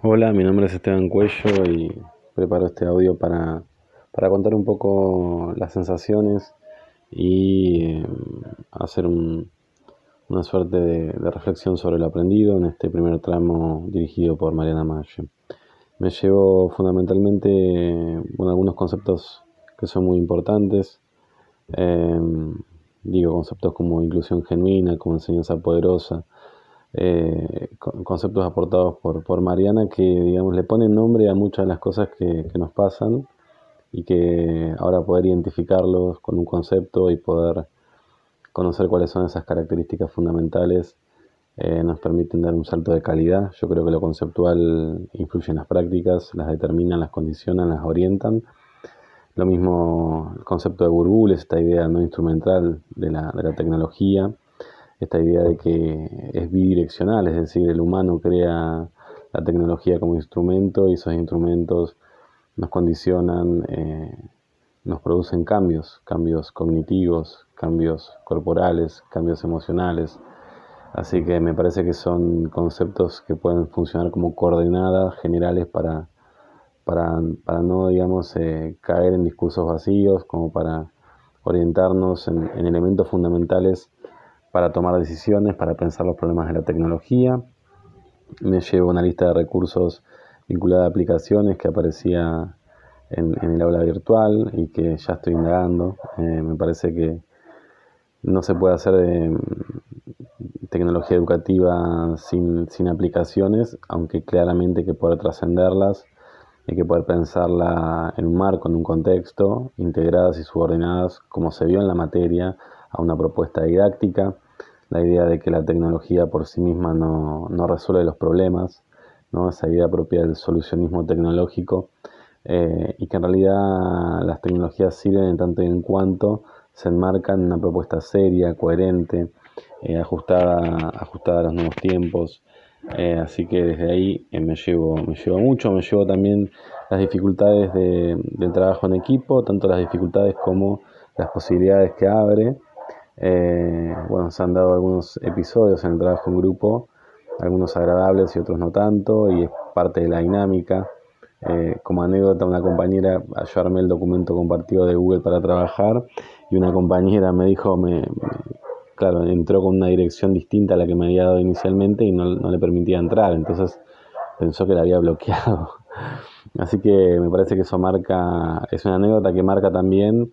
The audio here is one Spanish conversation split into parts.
Hola, mi nombre es Esteban Cuello y preparo este audio para contar un poco las sensaciones y hacer una suerte de reflexión sobre lo aprendido en este primer tramo dirigido por Mariana Maggio. Me llevo fundamentalmente algunos conceptos que son muy importantes. eh, Conceptos como inclusión genuina, como enseñanza poderosa, conceptos aportados por Mariana que, digamos, le ponen nombre a muchas de las cosas que nos pasan y que ahora poder identificarlos con un concepto y poder conocer cuáles son esas características fundamentales nos permiten dar un salto de calidad. Yo creo que lo conceptual influye en las prácticas, las determinan, las condicionan, las orientan. Lo mismo el concepto de burbules, esta idea no instrumental de la tecnología, esta idea de que es bidireccional, es decir, el humano crea la tecnología como instrumento y esos instrumentos nos condicionan, nos producen cambios cognitivos, cambios corporales, cambios emocionales. Así que me parece que son conceptos que pueden funcionar como coordenadas generales para no, digamos, caer en discursos vacíos, como para orientarnos en elementos fundamentales para tomar decisiones, para pensar los problemas de la tecnología. Me llevo una lista de recursos vinculada a aplicaciones que aparecía en el aula virtual y que ya estoy indagando. Me parece que no se puede hacer tecnología educativa sin aplicaciones, aunque claramente hay que poder trascenderlas, hay que poder pensarla en un marco, en un contexto, integradas y subordinadas, como se vio en la materia, a una propuesta didáctica. La idea de que la tecnología por sí misma no resuelve los problemas, ¿no? Esa idea propia del solucionismo tecnológico, y que en realidad las tecnologías sirven en tanto y en cuanto se enmarcan en una propuesta seria, coherente, ajustada a los nuevos tiempos. Así que desde ahí me llevo mucho, me llevo también las dificultades del trabajo en equipo, tanto las dificultades como las posibilidades que abre. Bueno, se han dado algunos episodios en el trabajo en grupo, algunos agradables y otros no tanto, y es parte de la dinámica. Como anécdota, una compañera, yo armé el documento compartido de Google para trabajar y una compañera me dijo, claro, entró con una dirección distinta a la que me había dado inicialmente y no le permitía entrar, entonces pensó que la había bloqueado. Así que me parece que eso es una anécdota que marca también,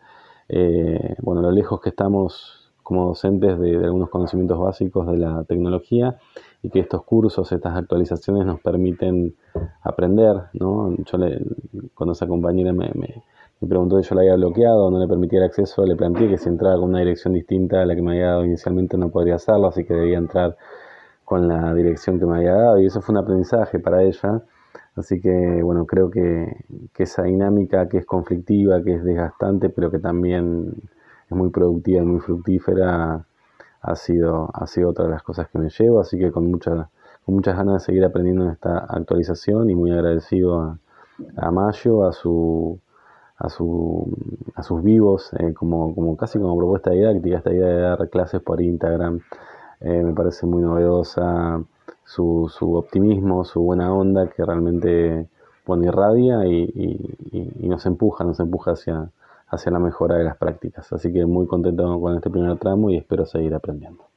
lo lejos que estamos como docentes de algunos conocimientos básicos de la tecnología y que estos cursos, estas actualizaciones nos permiten aprender, ¿no? Cuando esa compañera me preguntó si yo la había bloqueado o no le permitía el acceso, le planteé que si entraba con una dirección distinta a la que me había dado inicialmente no podría hacerlo, así que debía entrar con la dirección que me había dado y eso fue un aprendizaje para ella. Así que bueno, creo que esa dinámica que es conflictiva, que es desgastante, pero que también es muy productiva y muy fructífera, ha sido otra de las cosas que me llevo, así que con muchas ganas de seguir aprendiendo en esta actualización y muy agradecido a Mayo, a sus vivos, como casi como propuesta didáctica, esta idea de dar clases por Instagram. Me parece muy novedosa su optimismo, su buena onda que realmente, bueno, irradia y nos empuja hacia la mejora de las prácticas. Así que muy contento con este primer tramo y espero seguir aprendiendo.